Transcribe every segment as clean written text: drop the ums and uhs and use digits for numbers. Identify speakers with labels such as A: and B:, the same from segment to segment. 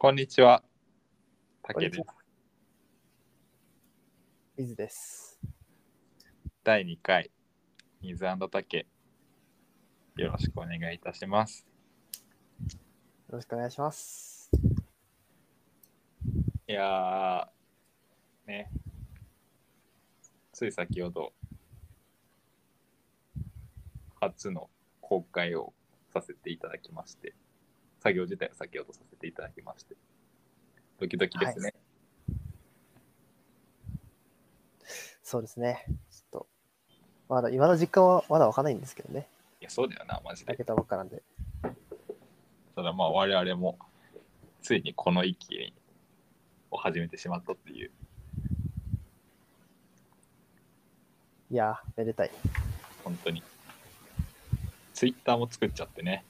A: こんにちは、たけです。
B: こんにちは。水です。
A: 第2回、水たけ、よろしくお願いいたします。
B: よろしくお願いします。
A: いやね、つい先ほど、初の公開をさせていただきまして、作業自体を先ほどさせていただきまして、ドキドキですね。
B: そうですね。ちょっと、今の実感はまだわかんないんですけどね。
A: いや、そうだよな、マジで。
B: 開けたばっかなんで。
A: ただまあ、我々も、ついにこの域を始めてしまったっていう。
B: いやー、めでたい。
A: 本当に。ツイッターも作っちゃってね。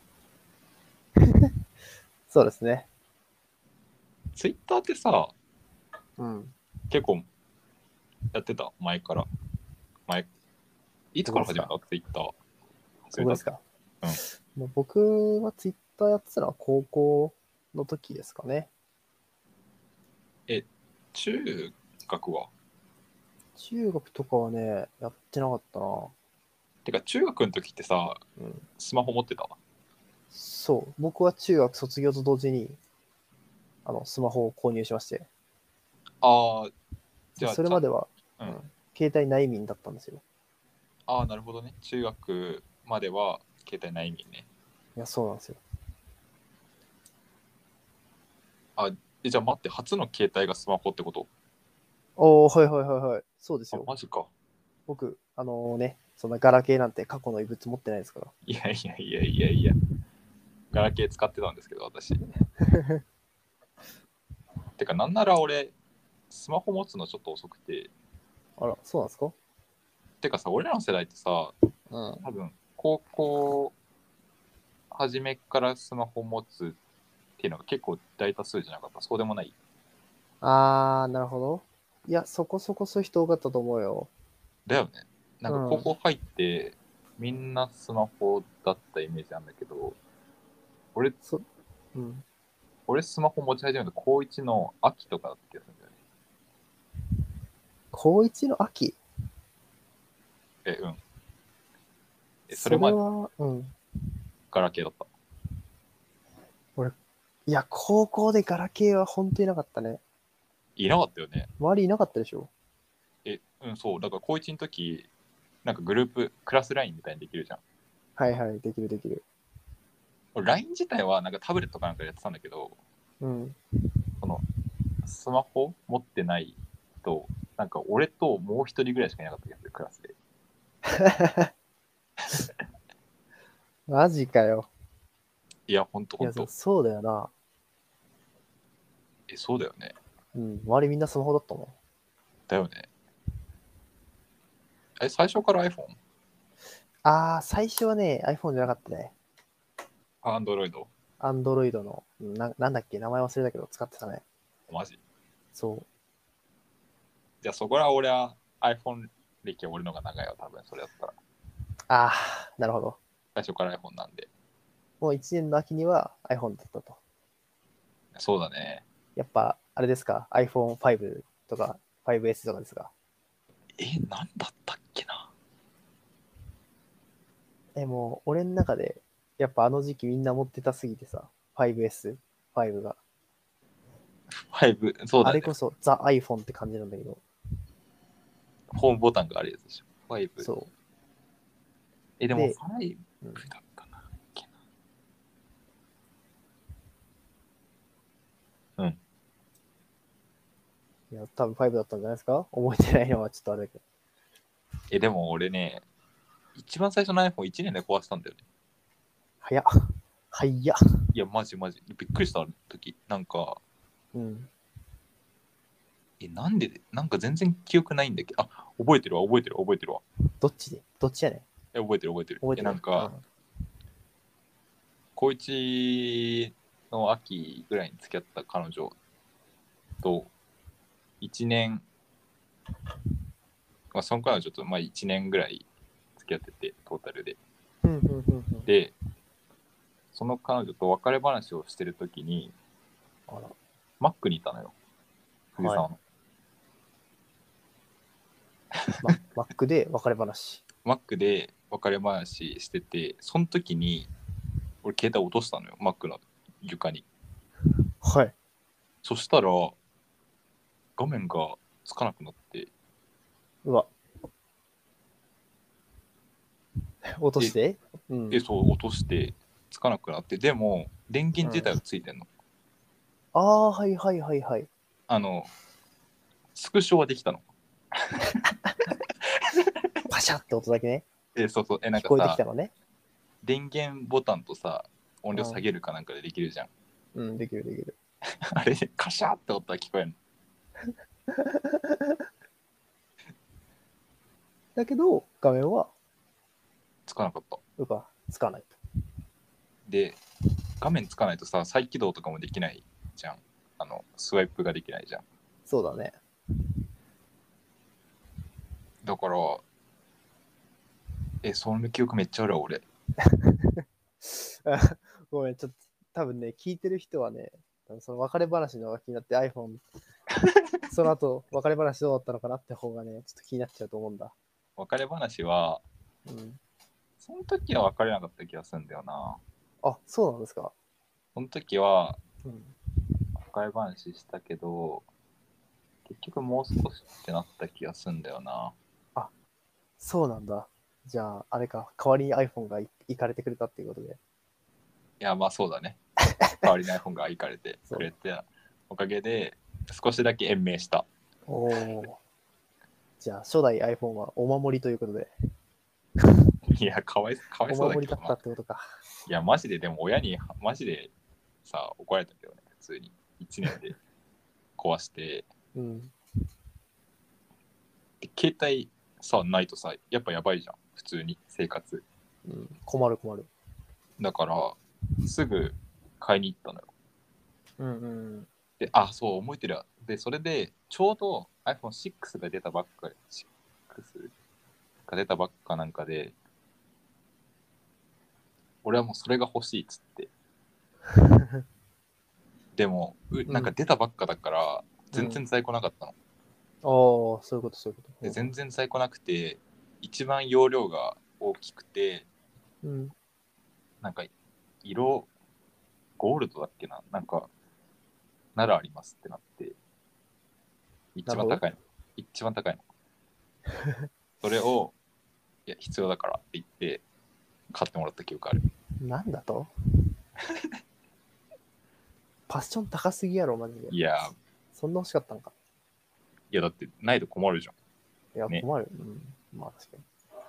B: そうですね。
A: ツイッターってさ、
B: うん。
A: 結構やってた、前から。いつから始めたツイッター。
B: 僕ですか？
A: うん。
B: もう僕はツイッターやってたのは高校の時ですかね。
A: 中学は
B: 中学とかはね、やってなかったな。
A: てか中学の時ってさ、
B: うん。
A: スマホ持ってた？
B: そう。僕は中学卒業と同時に、スマホを購入しまして。
A: ああ、じ
B: で
A: ゃあ
B: それまでは、
A: うん。
B: 携帯内民だったんですよ。
A: ああ、なるほどね。中学までは携帯ないみんね。
B: いや、そうなんですよ。
A: あ、じゃあ待って、初の携帯がスマホってこと？
B: おー、はいはいはいはい。そうです
A: あ、
B: よ。
A: マジか。
B: 僕、そんなガラケーなんて過去の遺物持ってないですから。
A: いやいやいやいやいや。ガラケー使ってたんですけど、私。てか、なんなら俺、スマホ持つのちょっと遅くて。
B: あら、そうなんですか？
A: てかさ、俺らの世代ってさ、
B: うん。
A: 多分、高校初めからスマホ持つっていうのが結構大多数じゃなかった？そうでもない？
B: なるほど。いや、そこそこそういう人多かったと思うよ。
A: だよね。なんか高
B: うん。
A: 校入ってみんなスマホだったイメージなんだけど、俺、
B: うん。
A: 俺スマホ持ち始めた高1の秋とかだった気がするんだよね。
B: 高一の秋。
A: うん。それ
B: それ
A: まで
B: は、うん。
A: ガラケーだった。
B: 俺、いや、高校でガラケーは本当になかったね。
A: いなかったよね。
B: 周りいなかったでしょ？
A: うん、そう。だから高1の時、なんかグループ、クラスラインみたいにできるじゃん。
B: はいはい、できるできる。
A: 俺 LINE 自体はなんかタブレットかなんかでやってたんだけど、
B: うん。
A: そのスマホ持ってない人、なんか俺ともう一人ぐらいしかいなかった気がする、クラスで。
B: マジかよ。
A: いや、ほんと
B: いや、
A: ほんと。
B: そうだよな。
A: そうだよね。
B: うん。周りみんなスマホだったもん。
A: だよね。最初から iPhone？
B: 最初はね、iPhone じゃなかったね。
A: Android？
B: Android の、なんだっけ、名前忘れたけど使ってたね。
A: マジ？
B: そう。
A: じゃあそこら俺は iPhone 歴は俺のが長いわ、多分それだったら。
B: なるほど。
A: 最初から iPhone なんで。
B: もう1年の秋には iPhone だったと。
A: そうだね。
B: やっぱ、あれですか？ iPhone5 とか 5S とかですか？
A: なんだったっけな。
B: もう、俺の中で、やっぱあの時期みんな持ってたすぎてさ、5S、5が。
A: 5、そうだね。
B: あれこそザ・ iPhone って感じなんだけど。
A: ホームボタンがあるやつでしょ。5。
B: そ
A: で
B: う。
A: も
B: で、
A: 5
B: うん、
A: だったな。うん。
B: いや、多分5だったんじゃないですか？覚えてないのはちょっとあれだけど。
A: でも俺ね、一番最初の iPhone1 年で壊したんだよね。
B: 早っ。早っ。
A: いや、マジマジ。びっくりした時。なんか、
B: うん。
A: なんで、なんか全然記憶ないんだけど、覚えてるわ、覚えてる、覚えてるわ。
B: どっちやねん。
A: 覚えてる、覚えてる。
B: 覚えてる。
A: なんか、高1の秋ぐらいに付き合った彼女と1年、その彼女と1年ぐらい付き合ってて、トータルで。
B: うん。
A: で、その彼女と別れ話をしてるときに、
B: あら。
A: マックにいたのよ。藤沢の。
B: マックで別れ話。
A: マックで別れ話してて、その時に俺携帯落としたのよ、マックの床に。
B: はい。
A: そしたら画面がつかなくなって、
B: うわ。落として、うん、
A: そう落としてつかなくなって、でも電源自体はついてんの。
B: ああ、はいはいはいはい。
A: スクショはできたの。
B: パシャって音だけね。
A: そうそう、なん
B: 聞こえてき
A: かさ、
B: たのね。
A: 電源ボタンとさ、音量
B: うん
A: 下げるかなんかでできるじゃん。
B: うん、できるできる。
A: あれでカシャって音は聞こえるの。
B: だけど、画面は、
A: つかなかった。
B: つかないと。
A: で、画面つかないとさ、再起動とかもできないじゃん。スワイプができないじゃん。
B: そうだね。
A: だから、その記憶めっちゃあるわ、俺。
B: ごめん、ちょっと、多分ね、聞いてる人はね、多分その別れ話の方が気になって iPhone、その後、別れ話どうだったのかなって方がね、ちょっと気になっちゃうと思うんだ。
A: 別れ話は、
B: うん。
A: その時は別れなかった気がするんだよな。
B: あ、そうなんですか。
A: その時は
B: うん。
A: 別れ話したけど、結局もう少しってなった気がするんだよな。
B: あ、そうなんだ。じゃあ、あれか、代わりに iPhone が行かれてくれたっていうことで。
A: いや、まあそうだね。代わりの iPhone が行かれてくれて、おかげで少しだけ延命した。
B: おお。じゃあ、初代 iPhone はお守りということで。
A: いや、かわい
B: お
A: そうだ
B: 守りだった
A: けどな。
B: ってことか。
A: いや、マジで、でも親に、マジでさ、怒られたけどね、普通に。1年で壊して。
B: うん。
A: で携帯さ、ないとさ、やっぱやばいじゃん、普通に生活。
B: うん、困る困る。
A: だから、すぐ買いに行ったのよ。
B: うんうん。
A: で、そう、覚えてるわ。で、それで、ちょうど iPhone6 が出たばっかり、6が出たばっかなんかで、俺はもうそれが欲しいっつって。でも、なんか出たばっかだから、全然在庫なかったの。
B: ああ、そういうことそういうこと。
A: で、全然在庫なくて、一番容量が大きくて、
B: うん。
A: なんか、色、ゴールドだっけな、なんか、ならありますってなって、一番高いの。一番高いの。それを、いや、必要だからって言って、買ってもらった記憶ある。
B: なんだとパッション高すぎやろ、マジで。
A: いや、
B: そんな欲しかったのか。
A: いや、だってないと困るじゃん。
B: いや、
A: ね
B: 困る。うん。まあ、確かに。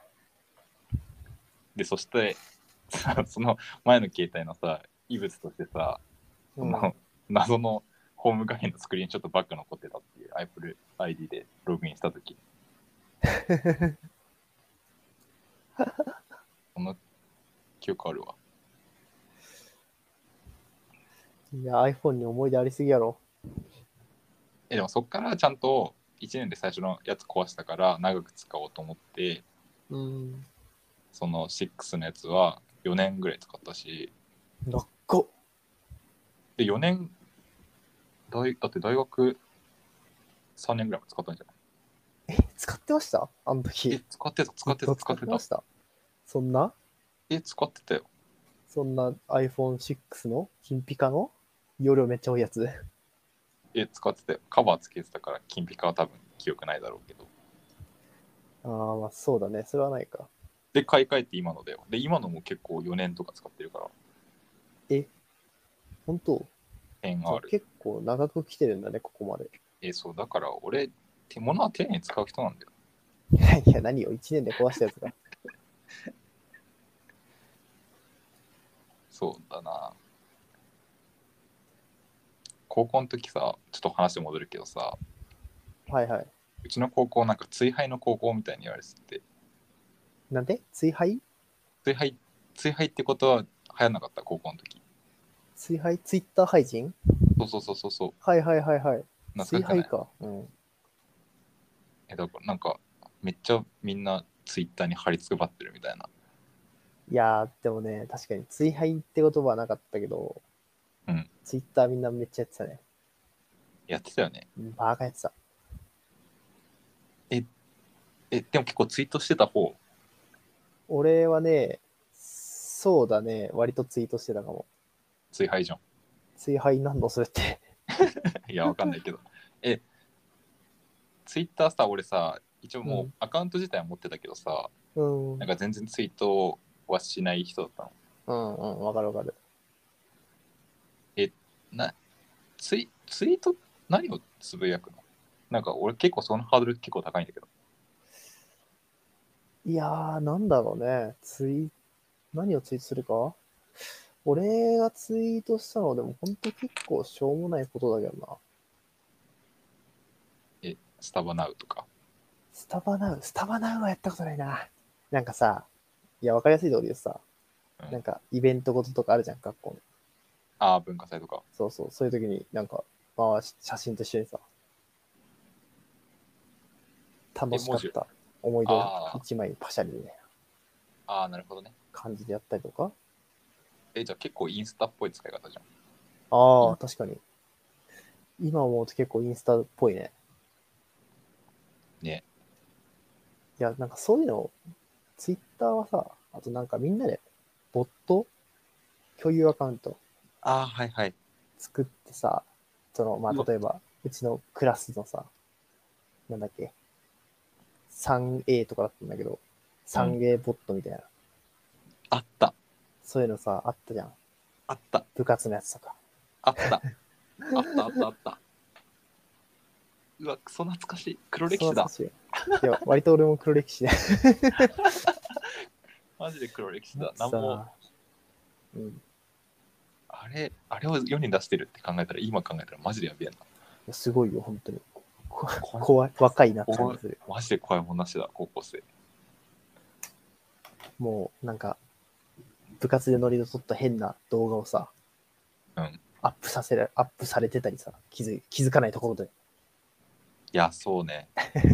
A: で、そしてその前の携帯のさ、異物としてさ、その謎のホーム画面のスクリーンショットばっか残ってたっていう Apple ID でログインしたとき。その記憶あるわ。
B: いや、iPhone に思い出ありすぎやろ。
A: でもそっからちゃんと1年で最初のやつ壊したから長く使おうと思って、
B: うん。
A: その6のやつは4年ぐらい使ったし、
B: 長っ。
A: で4年だって大学3年ぐらいも使ったんじゃない？
B: 使ってましたあの時。
A: 使ってた。
B: 使ってました。そんな
A: 使ってたよ。
B: そんな iPhone6 の金ピカの容量めっちゃ多いやつ。
A: 使ってたよ。カバーつけてたから金ピカは多分記憶ないだろうけど。
B: ああ、まあそうだね。それはないか。
A: で、買い替えて今のだよ。で、今のも結構4年とか使ってるから。
B: 本当
A: 点ある。
B: 結構長く来てるんだね、ここまで。
A: そう、だから俺、物は丁寧に使う人なんだよ。
B: いや、何よ、1年で壊したやつが。
A: そうだな。高校の時さ、ちょっと話戻るけどさ、
B: はいはい。
A: うちの高校なんか追廃の高校みたいに言われてて、
B: なんで追廃
A: 追廃ってことは流行んなかった、高校の時。
B: ツイッター配信
A: そう。
B: はいはいはいはい。追
A: 懐かしくない？
B: 廃か。うん。
A: だからなんか、めっちゃみんなツイッターに貼り付けばってるみたいな。
B: いやー、でもね、確かに追廃って言葉はなかったけど、
A: うん。
B: ツイッターみんなめっちゃやってたね。
A: やってたよね。
B: バカやってた。
A: でも結構ツイートしてた方。
B: 俺はね、そうだね、割とツイートしてたかも。
A: 追廃じゃん。
B: 追廃なんのそれって。
A: いや、わかんないけど。ツイッターさ、俺さ、一応もうアカウント自体は持ってたけどさ、
B: うん。
A: なんか全然ツイートはしない人だったの。
B: うん、わかるわかる。
A: え、な、ツイート何をつぶやくの？なんか俺結構そのハードル結構高いんだけど。
B: いやー、なんだろうね。何をツイートするか。俺がツイートしたのでも本当結構しょうもないことだけどな。
A: スタバナウとか。
B: スタバナウはやったことないな。なんかさ、いや、わかりやすい通りでさ、
A: うん、
B: なんかイベントごととかあるじゃん、学校の。
A: ああ、文化祭とか。
B: そうそう、そういう時になんか、まあ、写真と一緒にさ、楽しか
A: 文字。
B: った思い出を
A: あ
B: 一枚パシャリみたいな
A: あ、ああ、なるほどね。
B: 感じでやったりとか。
A: じゃあ結構インスタっぽい使い方じゃん。
B: ああ、確かに。今思うと結構インスタっぽいね。
A: ね。
B: いや、なんかそういうの、ツイッターはさ、あとなんかみんなでボット共有アカウント
A: ああ、はいはい。
B: 作ってさ、ま
A: うわ
B: あ例えば、うちのクラスのさ、なんだっけ、3A とかだったんだけど、3A ボットみたいな、
A: あった。
B: そういうのさ、あったじゃん。
A: あった。
B: 部活のやつとか。
A: あった。あったあったあった。うわ、クソ懐かしい。黒歴史だ。
B: そう懐かしいよ。いや、割と俺も黒歴史で。
A: マジで黒歴史だ。
B: さ
A: なんも、
B: うん。
A: あれを世に出してるって考えたら、今考えたらマジでやべえな。
B: すごいよ、本当に。怖い、若いなって感じする。
A: マジで怖いもんなしだ、高校生。
B: もう、なんか、部活でノリで撮った変な動画をさ、
A: うん。
B: アップされてたりさ、気づかないところで。
A: いや、そうね。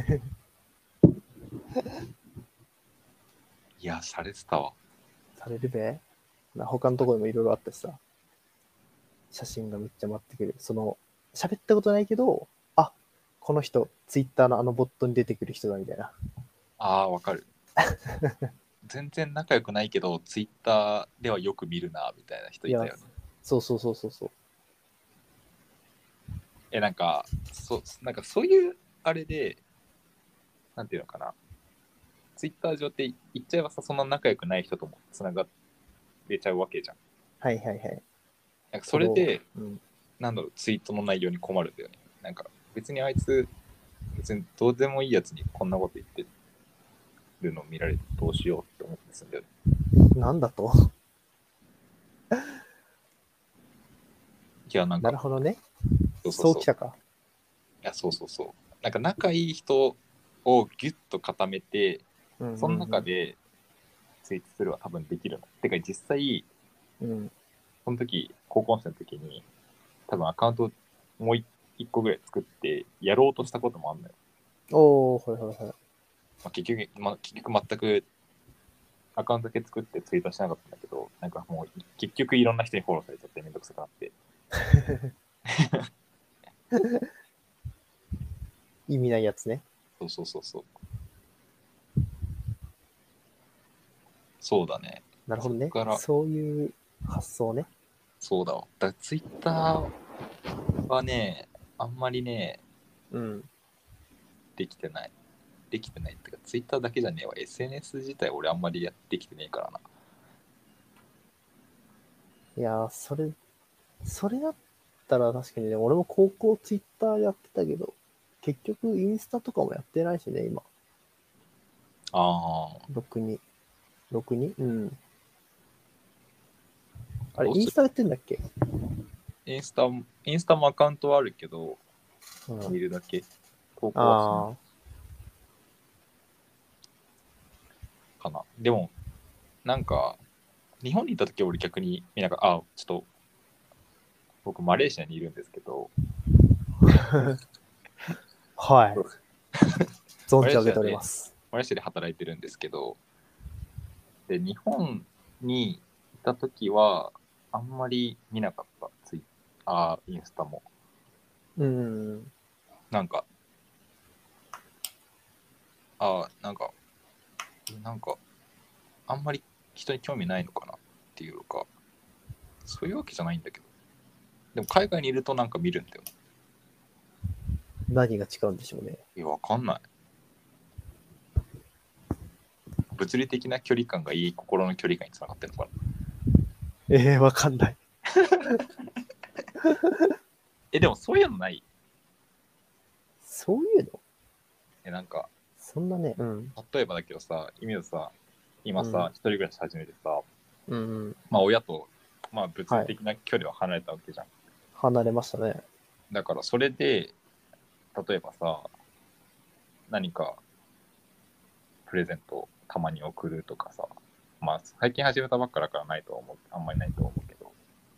A: いや、洒落てたわ。
B: されるべ他のところでもいろいろあったしさ、写真がめっちゃ待ってくる。喋ったことないけど、あ、この人、ツイッターのあのボットに出てくる人だみたいな。
A: ああ、わかる。全然仲良くないけど、ツイッターではよく見るな、みたいな人
B: いや、
A: いたよね。
B: そうそうそうそうそう。
A: なんかそういう、あれで、なんていうのかな。ツイッター上って言っちゃえばさ、そんな仲良くない人ともつながれちゃうわけじゃん。
B: はいはいはい。
A: なんかそれで、
B: うん、
A: なんだろう、ツイートの内容に困るんだよね。なんか別にあいつ、別にどうでもいいやつにこんなこと言ってるのを見られてどうしようって思ってすんだよね。
B: なんだと
A: いや、なんか、
B: なるほどね。
A: そうそうそう。
B: そうきたか。
A: いや、そうそうそう。なんか仲いい人をギュッと固めて、その中でツイートするは多分できるの。てか実際、
B: うん。
A: その時、高校生の時に、多分アカウントもう一個ぐらい作ってやろうとしたこともあるのよ。
B: おー、はいはいはい。
A: 結局全くアカウントだけ作ってツイートしなかったんだけど、なんかもう結局いろんな人にフォローされちゃってめんどくさくなって。
B: 意味ないやつね。
A: そうそうそうそう。そうだね。
B: なるほどね。
A: そっから、
B: そういう発想ね。
A: そうだわ。だからツイッターはね、あんまりね、
B: うん。
A: できてない。できてないってか、ツイッターだけじゃねえわ。SNS 自体俺あんまりやってきてねえからな。
B: いやー、それだったら確かにね、俺も高校ツイッターやってたけど、結局インスタとかもやってないしね、今。
A: ああ、
B: ろくに。ろくにうん。あれ、
A: どうする？
B: インスタやってんだっけ？
A: インスタもアカウントはあるけど、
B: うん。
A: 見るだけ投稿はしない
B: あ
A: かな。でも、なんか、日本にいた時俺逆に見ながら、ちょっと、僕マレーシアにいるんですけど、
B: あ。はい。存知上げております。
A: マレーシアで働いてるんですけど、で、日本にいた時は、あんまり見なかった、インスタも。
B: うん。
A: なんか、なんか、なんか、あんまり人に興味ないのかなっていうか、そういうわけじゃないんだけど。でも海外にいるとなんか見るんだよ。
B: 何が違うんでしょうね。
A: いや、わかんない。物理的な距離感がいい心の距離感につながってるのかな。
B: わかんない。
A: でもそういうのない。
B: そういうの
A: なんか、
B: そんなね、うん。
A: 例えばだけどさ、意味でさ、今さ、
B: うん
A: 一人暮らし始めてさ、
B: うん。
A: まあ親と、まあ物理
B: はい。
A: 的な距離は離れたわけじゃん。
B: 離れましたね。
A: だからそれで、例えばさ、何かプレゼントをたまに送るとかさ、まあ最近始めたばっかだからないと思う、あんまりないと思うけど、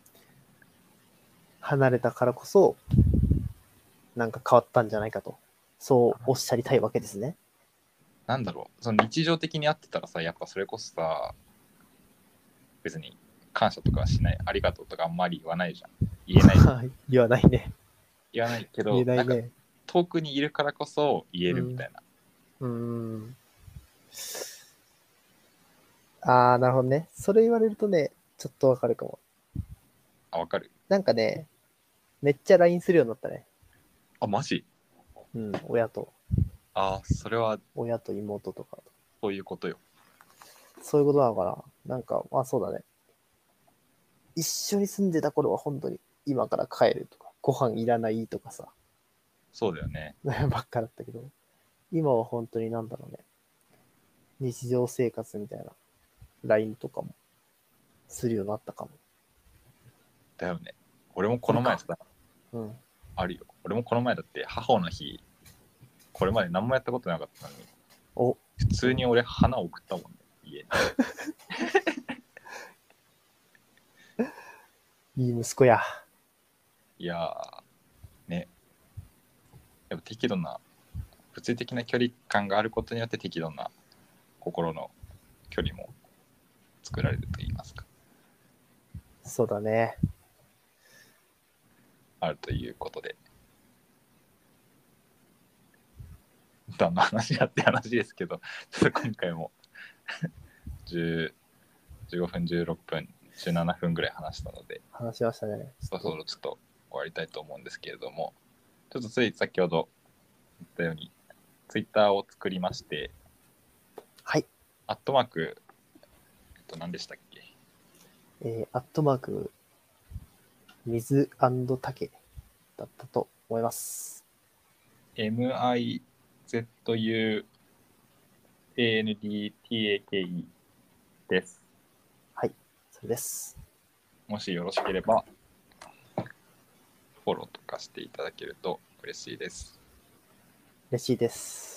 B: 離れたからこそ、なんか変わったんじゃないかと。そうおっしゃりたいわけですね。
A: なんだろう、その日常的に会ってたらさ、やっぱそれこそさ、別に感謝とかはしない、ありがとうとかあんまり言わないじゃん。言えない。
B: 言わないね。
A: 言わないけ
B: 言え
A: ど、なんか
B: ないね。
A: 遠くにいるからこそ言えるみたいな。
B: うん。ああ、なるほどね。それ言われるとね、ちょっとわかるかも。
A: わかる。
B: なんかね、めっちゃ LINE するようになったね。
A: マジ。
B: うん、親と。
A: それは
B: 親と妹とかと。
A: そういうことよ。
B: そういうことなのかな。なんか、まあそうだね。一緒に住んでた頃は本当に今から帰るとか、ご飯いらないとかさ、
A: そうだよね。
B: ばっかだったけど、今は本当になんだろうね。日常生活みたいな LINE とかもするようになったかも。
A: だよね。俺もこ
B: これか。
A: の前さ、
B: うん。
A: あるよ。俺もこの前だって母の日、これまで何もやったことなかったのに、
B: お、
A: 普通に俺花送ったもんね、家に。
B: いい息子や。
A: いやね、やっぱ適度な、物理的な距離感があることによって適度な心の距離も作られると言いますか、
B: そうだね。
A: あるということで。何の話やって話ですけど、ちょっと今回も15分、16分、17分ぐらい話したので、
B: 話しましたね。
A: そろそろちょっと終わりたいと思うんですけれども、ちょっとつい先ほど言ったように、ツイッターを作りまして、
B: はい。
A: アットマーク、何でしたっけ？
B: アットマーク、水竹だったと思います。
A: MIZUANDTAKE です。
B: はい。それです。
A: もしよろしければ、フォローとかしていただけると嬉しいです。
B: 嬉しいです。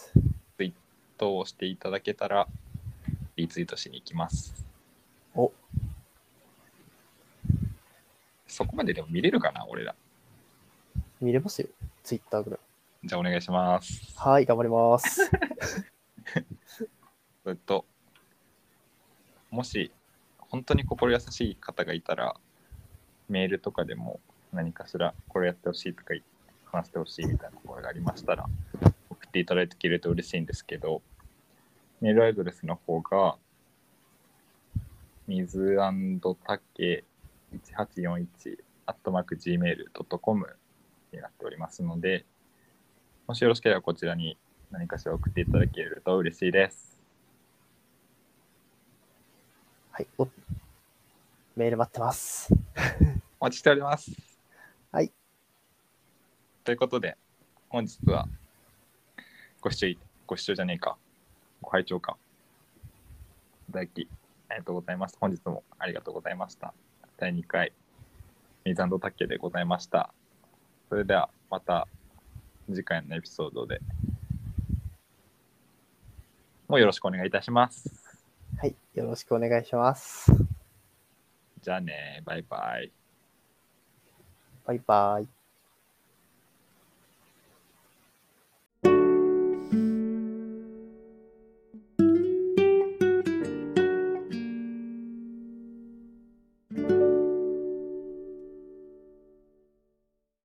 A: ツイートをしていただけたら、リツイートしに行きます。
B: お、
A: そこまででも見れるかな、俺ら。
B: 見れますよ。ツイッターぐらい。
A: じゃあお願いします。
B: はい、頑張ります。
A: もし本当に心優しい方がいたら、メールとかでも何かしらこれやってほしいとか話してほしいみたいなところがありましたら送っていただけると嬉しいんですけど、メールアドレスの方が水たけ1841 @gmail.com になっておりますので、もしよろしければこちらに何かしら送っていただけると嬉しいです。
B: はい、メール待ってます。
A: お待ちしております。
B: はい。
A: ということで、本日はご視聴じゃねえか、ご拝聴か、いただきありがとうございます。本日もありがとうございました。第2回、水たけでございました。それではまた次回のエピソードでもうよろしくお願いいたします。
B: はい、よろしくお願いします。
A: じゃあね、バイバイ。
B: バイバイ。